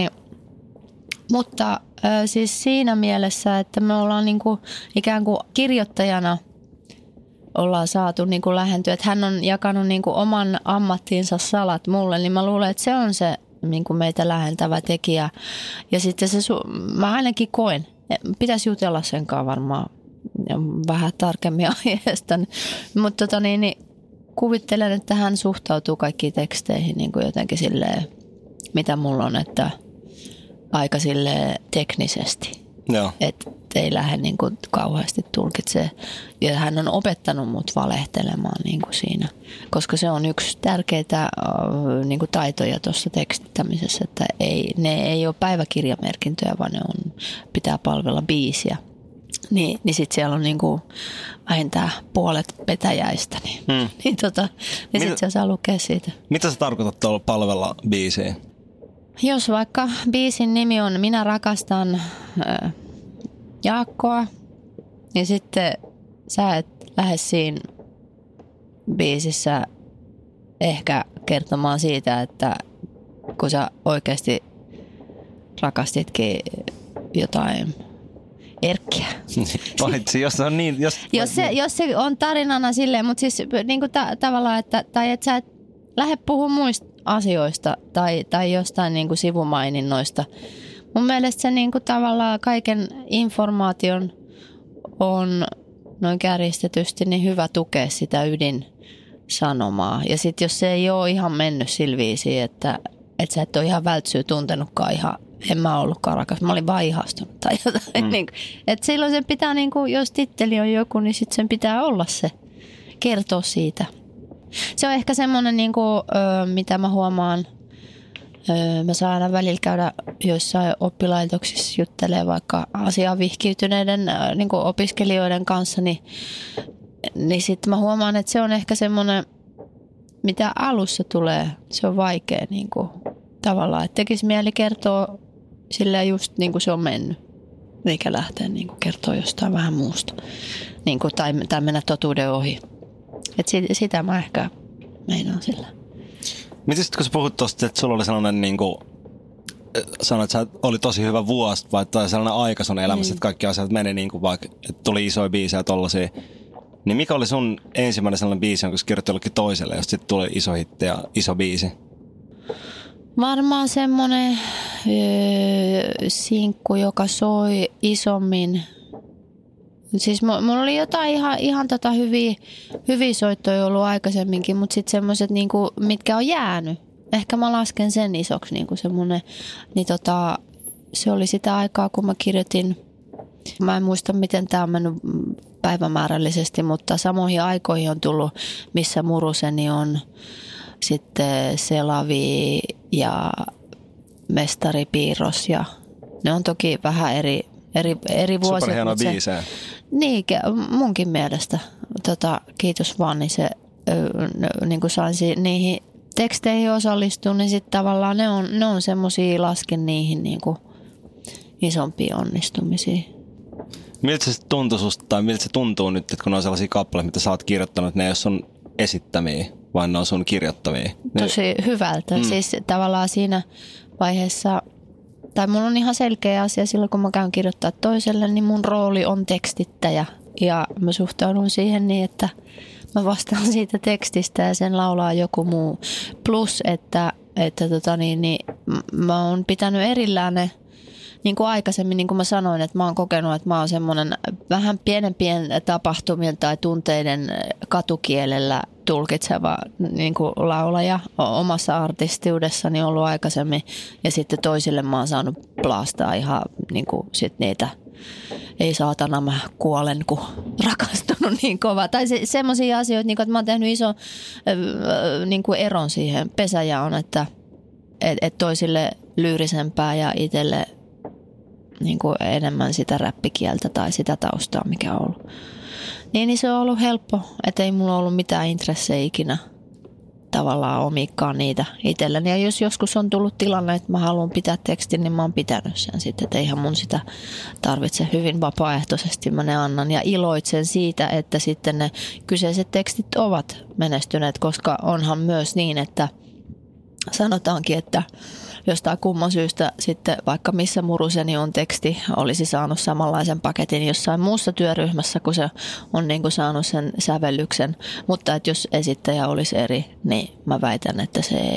mutta siis siinä mielessä, että me ollaan niinku ikään kuin kirjoittajana ollaan saatu niin kuin lähentyä, että hän on jakanut niin kuin oman ammattinsa salat mulle, niin mä luulen, että se on se niin kuin meitä lähentävä tekijä. Ja sitten mä ainakin koen, pitäisi jutella senkaan varmaan vähän tarkemmin aiheesta, mutta kuvittelen, että hän suhtautuu kaikkiin teksteihin niin kuin jotenkin silleen, mitä mulla on, että aika silleen teknisesti. Joo. Että ei lähde niin kuin kauheasti tulkitsee. Ja hän on opettanut mut valehtelemaan niin kuin siinä. Koska se on yksi tärkeitä niin kuin taitoja tuossa tekstittämisessä. Että ne ei ole päiväkirjamerkintöjä, vaan ne pitää palvella biisiä. Niin sitten siellä on niin kuin vähintään puolet petäjäistä. Niin sitten se saa lukea siitä. Mitä sä tarkoitat tuolla palvella biisiä? Jos vaikka biisin nimi on Minä rakastan Jaakkoa, niin sitten sä et lähde siinä biisissä ehkä kertomaan siitä, että kun sä oikeasti rakastitkin jotain Erkkiä. Paitsi jos on niin. Jos se on tarinana silleen, mutta siis niin kuin tavallaan, että sä et lähde puhumaan muista asioista tai jostain niin kuin sivumaininnoista. Mun mielestä se niin kuin tavallaan kaiken informaation on noin kärjistetysti niin hyvä tukea sitä ydinsanomaa. Ja sitten jos se ei ole ihan mennyt sillä viisiin, että sä et ole ihan vältsyä tuntenutkaan ihan, en mä ollutkaan rakas, mä olin vaan ihastunut tai jotain. Niin kuin, että silloin sen pitää, niin kuin, jos titteli on joku, niin sitten sen pitää olla se, kertoa siitä. Se on ehkä semmoinen, niin kuin, mitä mä huomaan, mä saan aina välillä käydä joissain oppilaitoksissa juttelee vaikka asiaan vihkiytyneiden niin kuin opiskelijoiden kanssa, niin sitten mä huomaan, että se on ehkä semmoinen, mitä alussa tulee, se on vaikea niin kuin, tavallaan, että tekisi mieli kertoa silleen just niin kuin se on mennyt, eikä lähteä niin kuin kertoa jostain vähän muusta niin kuin, tai mennä totuuden ohi. Et sitä mä ehkä meinaan sillä. Miten sitten kun sä puhut tosta, että sulla oli sellainen niin kuin, sanoit, että sä oli tosi hyvä vuosi tai sellainen aika sun elämässä, että kaikki asiat meni niin kuin vaikka, että tuli isoja biisejä tollaisia. Niin mikä oli sun ensimmäinen sellainen biisi, jonka sä kirjoitti jollekin toiselle, jos sitten tuli iso hitti ja iso biisi? Varmaan semmoinen sinkku, joka soi isommin. Siis mulla oli jotain ihan hyviä soittoja ollut aikaisemminkin, mutta sitten semmoiset, niinku, mitkä on jäänyt. Ehkä mä lasken sen isoksi niinku semmoinen. Niin se oli sitä aikaa, kun mä kirjoitin. Mä en muista, miten tää on mennyt päivämäärällisesti, mutta samoihin aikoihin on tullut, missä Muruseni on. Sitten Selavi ja Mestari Piirros. Ja ne on toki vähän eri vuosia. Superhienoa biisejä. Niin, munkin mielestä. Kiitos vaan, niin se niin kuin sain niihin teksteihin osallistua, niin sitten tavallaan ne on semmosia, lasken niihin niin kuin isompia onnistumisia. Miltä se tuntui susta, tai miltä se tuntuu nyt, että kun on sellaisia kappaleita, mitä sä oot kirjoittanut, ne ei ole sun esittämiä? vai ne on sun kirjoittavia? Tosi hyvältä. Siis tavallaan siinä vaiheessa, tai mulla on ihan selkeä asia silloin, kun mä käyn kirjoittaa toiselle, niin mun rooli on tekstittäjä. Ja mä suhtaudun siihen niin, että mä vastaan siitä tekstistä ja sen laulaa joku muu. Plus, että mä oon pitänyt erillään ne, niin kuin aikaisemmin, niin kuin mä sanoin, että mä oon kokenut, että mä oon semmoinen vähän pienempien tapahtumien tai tunteiden katukielellä tulkitseva niin kuin laulaja omassa artistiudessani ollut aikaisemmin. Ja sitten toisille mä oon saanut blastaa ihan niin kuin sit niitä, ei saatana mä kuolen, kun rakastunut niin kova. Tai semmoisia asioita, niin kuin, että mä oon tehnyt ison niin kuin eron siihen pesäjaon, että toisille lyyrisempää ja itselle niin kuin enemmän sitä räppikieltä tai sitä taustaa, mikä on ollut. Niin se on ollut helppo, että ei mulla ollut mitään intressejä ikinä tavallaan omikaan niitä itselleni. Ja jos joskus on tullut tilanne, että mä haluan pitää tekstin, niin mä oon pitänyt sen sitten. Että eihän mun sitä tarvitse, hyvin vapaaehtoisesti mä ne annan. Ja iloitsen siitä, että sitten ne kyseiset tekstit ovat menestyneet, koska onhan myös niin, että sanotaankin, että jostain kumman syystä sitten vaikka missä muruseni on teksti olisi saanut samanlaisen paketin jossain muussa työryhmässä, kun se on niin kuin saanut sen sävellyksen. Mutta että jos esittäjä olisi eri, niin mä väitän, että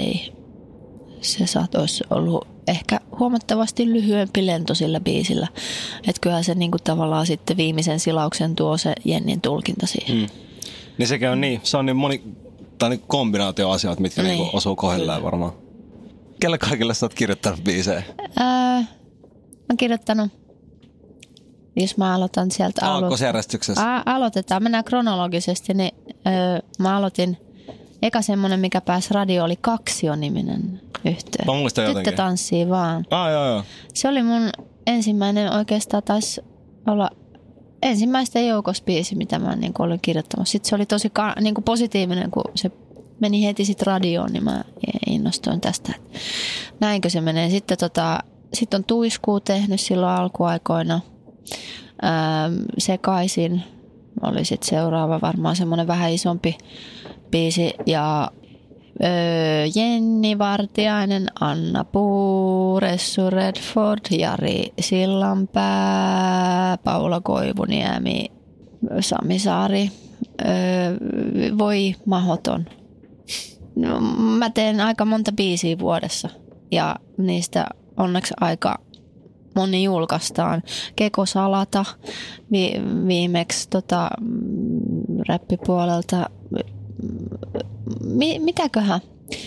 se olisi ollut ehkä huomattavasti lyhyempi lento sillä biisillä. Että kyllähän se niin kuin tavallaan sitten viimeisen silauksen tuo se Jennin tulkinta siihen. Niin sekä on niin. Se on niin moni niin kombinaatio asioita, mitkä niin osuu kohdilleen varmaan. Kelle kaikille sä oot kirjoittanut biisejä? Mä oon kirjoittanut, jos mä aloitan sieltä aakkosjärjestyksessä. Aloitetaan, mennään kronologisesti, niin mä aloitin, eka semmonen, mikä pääsi radio, oli Kaksio-niminen yhtye. Mä muistan jotenkin. Tyttö tanssii vaan. Joo. Se oli mun ensimmäinen, oikeastaan taisi olla ensimmäisten joukossa biisi, mitä mä niin olin kirjoittamassa. Sitten se oli tosi niin positiivinen, kun se meni heti sitten radioon, niin mä innostuin tästä. Näinkö se menee. Sitten on Tuiskuu tehnyt silloin alkuaikoina. Sekaisin oli sitten seuraava varmaan semmoinen vähän isompi biisi. Ja Jenni Vartiainen, Anna Puu, Ressu Redford, Jari Sillanpää, Paula Koivuniemi, Sami Saari. Voi mahoton. No, mä teen aika monta biisiä vuodessa ja niistä onneksi aika moni julkaistaan. Keko Salata viimeksi räppipuolelta. Mitäköhän?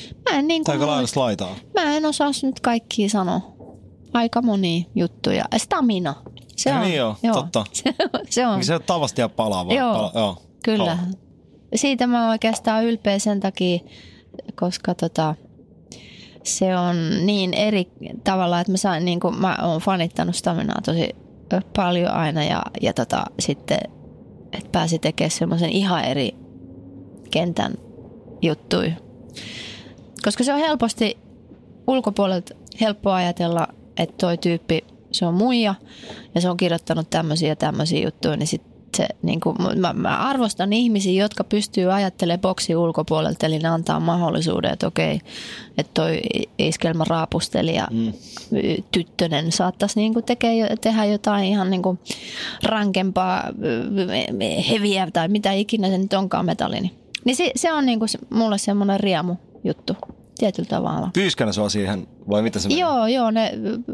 Mä en osaa nyt kaikkia sanoa. Aika moni juttuja. Stamina. Se on. Niin joo, totta. Se on. Se on tavasti ja palava. Joo, kyllä. Siitä mä oon oikeastaan ylpeä sen takia, koska se on niin eri tavalla, että mä oon fanittanut Staminaa tosi paljon aina ja sitten, että pääsi tekemään semmoisen ihan eri kentän juttuja. Koska se on helposti ulkopuolelta helppo ajatella, että toi tyyppi, se on muija ja se on kirjoittanut tämmöisiä juttuja, niin sitten se, niin kuin, mä arvostan ihmisiä, jotka pystyy ajattelemaan boksin ulkopuolelta, eli ne antaa mahdollisuuden, että okei, että toi iskelmä raapustelija tyttönen saattaisi niin kuin tehdä jotain ihan niin kuin rankempaa, heviä tai mitä ikinä se nyt onkaan metallini. Niin se on niin kuin mulle semmoinen riemu juttu tietyllä tavalla. Pyyskänä sua siihen vai mitä se menee? Joo, ne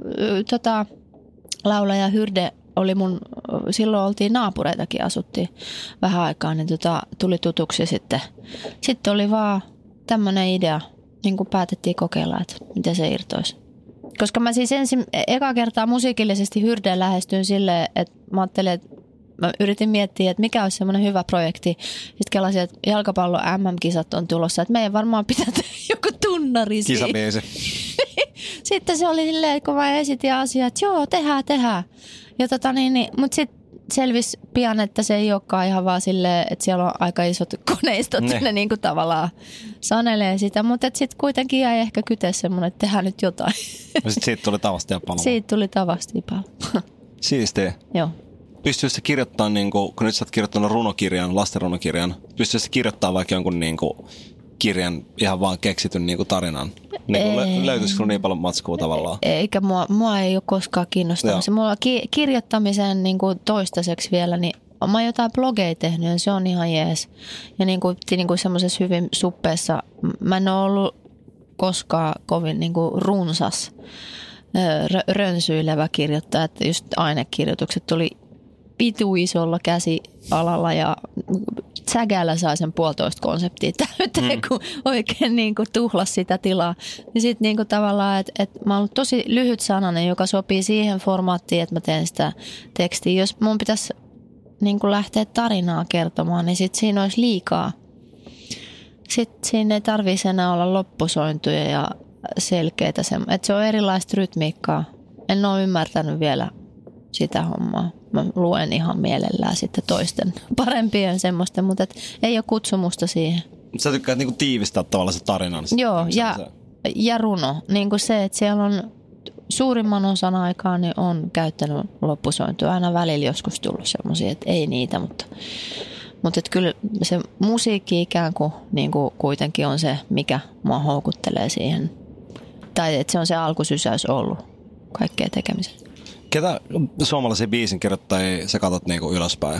laulaja Hyrde oli silloin oltiin naapureitakin, asuttiin vähän aikaa, niin tuli tutuksi sitten. Sitten oli vaan tämmöinen idea, niin kuin päätettiin kokeilla, että miten se irtoisi. Koska mä siis eka kertaa musiikillisesti Hyrdeen lähestyin silleen, että mä ajattelin, että mä yritin miettiä, että mikä olisi semmoinen hyvä projekti. Sitten kelasin, että jalkapallon MM-kisat on tulossa, että meidän varmaan pitää tehdä joku tunnari. Kisabiisi. Sitten se oli silleen, kun mä esitin asiaa, että joo, tehdään. Ja mutta sitten selvisi pian, että se ei olekaan ihan vaan silleen, että siellä on aika isot koneistot, ne niin kuin tavallaan sanelee sitä. Mutta sitten kuitenkin jäi ehkä kyteen semmoinen, että tehdään nyt jotain. Ja sitten siitä tuli tavasti ja palaa. Siitä tuli tavasti palaa. Siistiä. Joo. Pystyisit kirjoittamaan, niin kun nyt sä oot kirjoittanut runokirjan, lastenrunokirjan, pystyisit kirjoittamaan vaikka jonkun niin kuin kirjan ihan vaan keksityn niin kuin tarinan? Niin löytyisikö sinulla niin paljon matskua tavallaan? Eikä mua ei ole koskaan kiinnostanut. Mulla kirjoittamiseen niin kuin toistaiseksi vielä, niin mä oon jotain blogeja tehnyt ja se on ihan jees. Ja niin kuin semmoisessa hyvin suppeessa, mä en ole ollut koskaan kovin niin kuin runsas rönsyilevä kirjoittaja, että just ainekirjoitukset tuli pitu isolla käsialalla ja sägällä sai sen 1,5 konseptia täyteen, kun oikein niin kuin tuhlas sitä tilaa. Ja sitten niin kuin tavallaan, että mä oon ollut tosi lyhyt sananen, joka sopii siihen formaattiin, että mä teen sitä tekstiä. Jos mun pitäisi niin kuin lähteä tarinaa kertomaan, niin sitten siinä olisi liikaa. Sitten siinä ei tarvitsisi enää olla loppusointuja ja selkeitä. Että se on erilaista rytmiikkaa. En ole ymmärtänyt vielä sitä hommaa. Mä luen ihan mielellään sitten toisten parempien semmoisten, mutta ei ole kutsumusta siihen. Sä tykkäät niinku tiivistää tavallaan se tarinan. Joo, ja runo. Niin kuin se, että siellä on suurimman osan aikaa niin on käyttänyt loppusointua. Aina välillä joskus tullut semmoisia, että ei niitä, mutta että kyllä se musiikki ikään kuin, niin kuin kuitenkin on se, mikä mua houkuttelee siihen. Tai että se on se alkusysäys ollut kaikkea tekemisen. Ketä suomalaisia biisinkirjoittajia sä katsot niinku ylöspäin?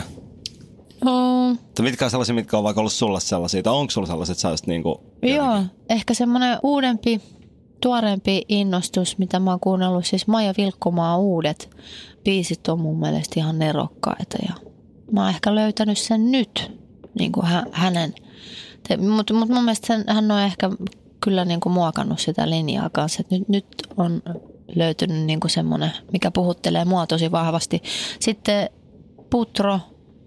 Mitkä on sellaisia, mitkä on vaikka ollut sulle sellaisia? Tai onko sulla sellaiset sellaiset niinku... Joo, ehkä semmoinen uudempi, tuoreempi innostus, mitä mä oon kuunnellut. Siis Maija Vilkkumaan uudet biisit on mun mielestä ihan nerokkaita. Ja mä oon ehkä löytänyt sen nyt, niin kuin hänen. Mutta mun mielestä hän on ehkä kyllä niin kuin muokannut sitä linjaa kanssa. Että nyt on löytynyt niin kuin semmoinen, mikä puhuttelee mua tosi vahvasti. Sitten Putro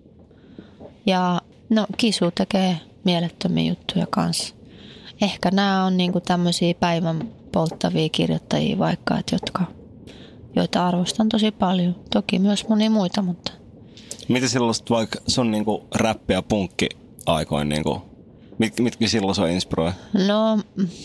ja Kisu tekee mielettömiä juttuja kanssa. Ehkä nämä on niin kuin tämmöisiä päivän polttavia kirjoittajia vaikka, että joita arvostan tosi paljon. Toki myös monia muita, mutta... Miten silloin vaikka sun niin kuin räppi- ja punkki-aikoin, niin kuin, mitkä silloin sua inspiroi? No...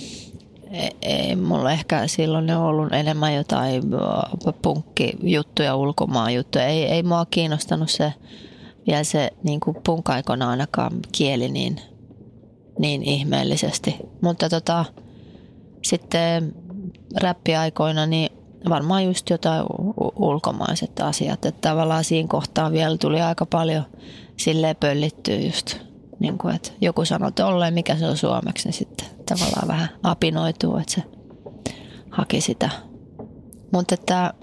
Ei mulla ehkä silloin ne ollut enemmän jotain punkkijuttuja, ulkomaan juttuja. Ei mua kiinnostanut se vielä se niin kuin punk-aikana ainakaan kieli niin ihmeellisesti. Mutta sitten räppiaikoina niin varmaan just jotain ulkomaiset asiat. Että tavallaan siinä kohtaa vielä tuli aika paljon silleen pöllittyä just. Niin kuin, että joku sanoo tolleen, mikä se on suomeksi, niin sitten tavallaan vähän apinoituu, että se haki sitä. Mutta että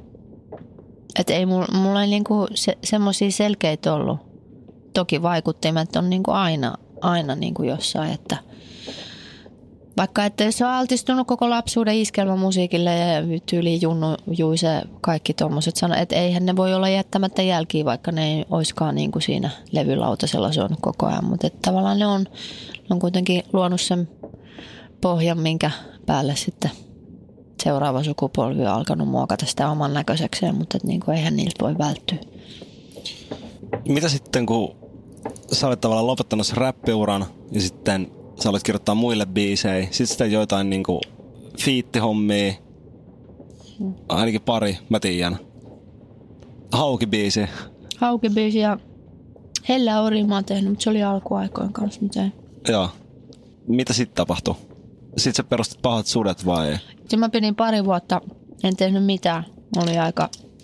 ei mulla ei niinku semmoisia selkeitä ollut. Toki vaikuttimet on niinku aina niinku jossain, että vaikka että jos on altistunut koko lapsuuden iskelmämusiikille ja tyyliin Junnu, Juise, kaikki tommoset sanat, että eihän ne voi olla jättämättä jälkiä, vaikka ne ei oiskaan niin kuin siinä levylautasella soinut koko ajan. Mutta tavallaan ne on kuitenkin luonut sen pohjan, minkä päälle sitten seuraava sukupolvi on alkanut muokata sitä oman näköisekseen, mutta niin kuin eihän niiltä voi välttyä. Mitä sitten, kun sä olet tavallaan lopettanut sen räppiuran ja sitten sä olet kirjoittaa muille biisejä, sitten joitain niinku fiittihommia, ainakin pari, mä tiedän. Hauki-biisi. Hauki-biisi ja Hellä Ori mä oon tehnyt, mutta se oli alkuaikoin kanssa. Joo. Mitä sitten tapahtui? Sitten sä perustit Pahat sudet vai? Sitten mä pidin 2 vuotta, en tehnyt mitään. Oli aika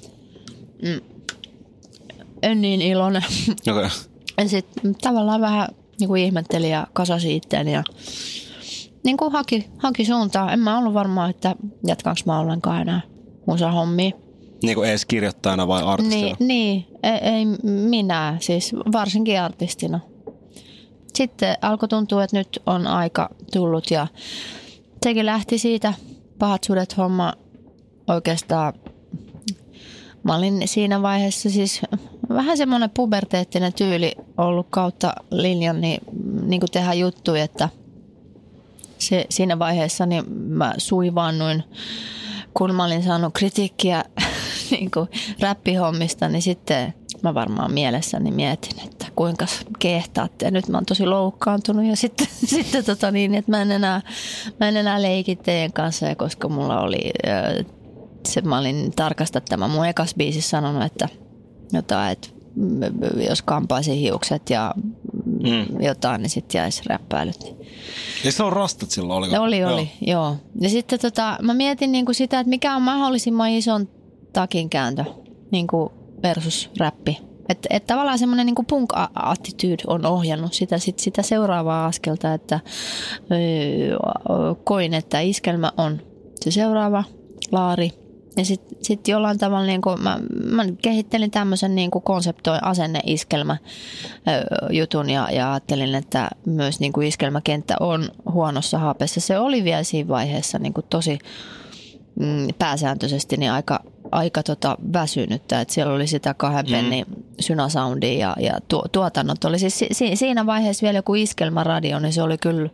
en niin iloinen. Okay. Ja sitten tavallaan vähän niin kuin ihmettelin ja kasasi itseäni ja niin kuin haki suuntaan. En mä ollut varma, että jatkanko mä ollenkaan enää musahommia. Niin kuin edes kirjoittajana vai artistina? Niin, ei minä, siis varsinkin artistina. Sitten alkoi tuntua, että nyt on aika tullut ja sekin lähti siitä Pahat sudet -homma oikeastaan. Mä olin siinä vaiheessa siis vähän semmoinen puberteettinen tyyli ollut kautta linjan, niin kuin tehdä juttuja, että siinä vaiheessa niin mä suivaannuin, kun mä olin saanut kritiikkiä niin kuin räppihommista, niin sitten mä varmaan mielessäni mietin, että kuinka kehtaatte. Ja nyt mä oon tosi loukkaantunut ja sitten että mä en enää leiki teidän kanssa, koska mulla oli... mä olin tarkastaa mun ekas biisissä sanonut, että jotain, että jos kampaisin hiukset ja jotain, niin sitten jäisi räppäilyt. Eikö se ole rastat silloin? Oliko? Oli, joo. Ja sitten mä mietin niinku sitä, että mikä on mahdollisimman ison takinkääntö niinku versus räppi. Että tavallaan semmoinen niinku punk-attitude on ohjannut sitä seuraavaa askelta, että koin, että iskelmä on se seuraava laari. Ja sitten jollain tavalla niinku, mä kehittelin tämmöisen niinku konseptoin asenne-iskelmä jutun ja ajattelin, että myös niinku iskelmäkenttä on huonossa haapeessa. Se oli vielä siinä vaiheessa niinku tosi pääsääntöisesti niin aika väsynyttä, että siellä oli sitä 2 pennin synasoundia ja tuotannot oli siis siinä vaiheessa vielä joku iskelmäradio, niin se oli kyllä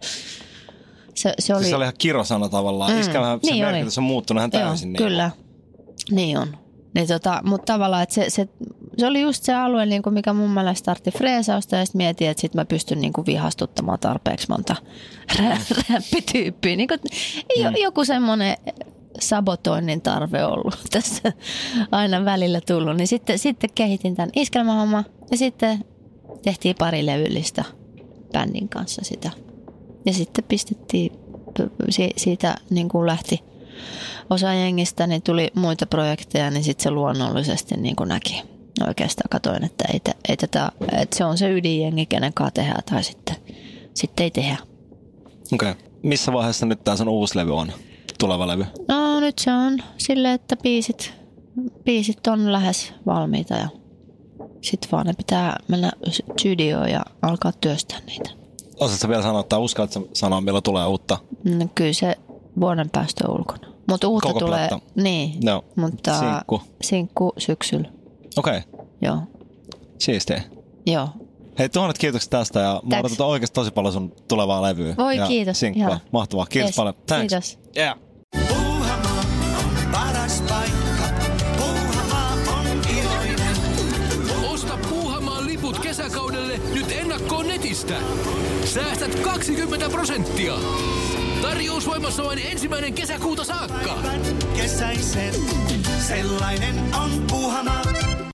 se oli... Se oli ihan kirosana tavallaan. Iskelmä, se niin merkitys on muuttunut ihan täysin. Joo, kyllä. Niin on. Niin mutta tavallaan, että se oli just se alue, niin kuin mikä mun mielestä startti freesausta ja sitten mietin, että sit mä pystyn niin kuin vihastuttamaan tarpeeksi monta räppityyppiä. Niin joku semmoinen sabotoinnin tarve ollut tässä aina välillä tullut. Niin sitten kehitin tämän iskelmähomman ja sitten tehtiin pari levyllistä bändin kanssa sitä. Ja sitten pistettiin, siitä niin kuin lähti osa jengistä, niin tuli muita projekteja, niin sitten se luonnollisesti niin kuin näki. Oikeastaan katoin, että että se on se ydinjengi, kenen kanssa tehdään, tai sitten ei tehdä. Okei. Missä vaiheessa nyt tämä sun uusi levy on? Tuleva levy? No nyt se on silleen, että biisit on lähes valmiita ja sitten vaan ne pitää mennä studioon ja alkaa työstää niitä. Osaatko vielä sanoa, että uskallatko sanoa, milloin tulee uutta? No, kyllä se vuoden päästä on ulkona. Mutta uutta koko tulee, platta. niin, no. mutta sinkku syksyllä. Okei. Joo. Siistiä. Joo. Hei, 1000 kiitoksia tästä ja mä odotan oikeasti tosi paljon sun tulevaa levyä. Voi ja kiitos. Sinkkua. Mahtavaa. Kiitos paljon. Thanks. Kiitos. Yeah. Puuhamaa on paras paikka. Puuhamaa on iloinen. Osta Puuhamaan liput kesäkaudelle nyt ennakkoon netistä. Säästät 20%. Tarjous voimassa vain 1. kesäkuuta saakka. Kesäisen, sellainen on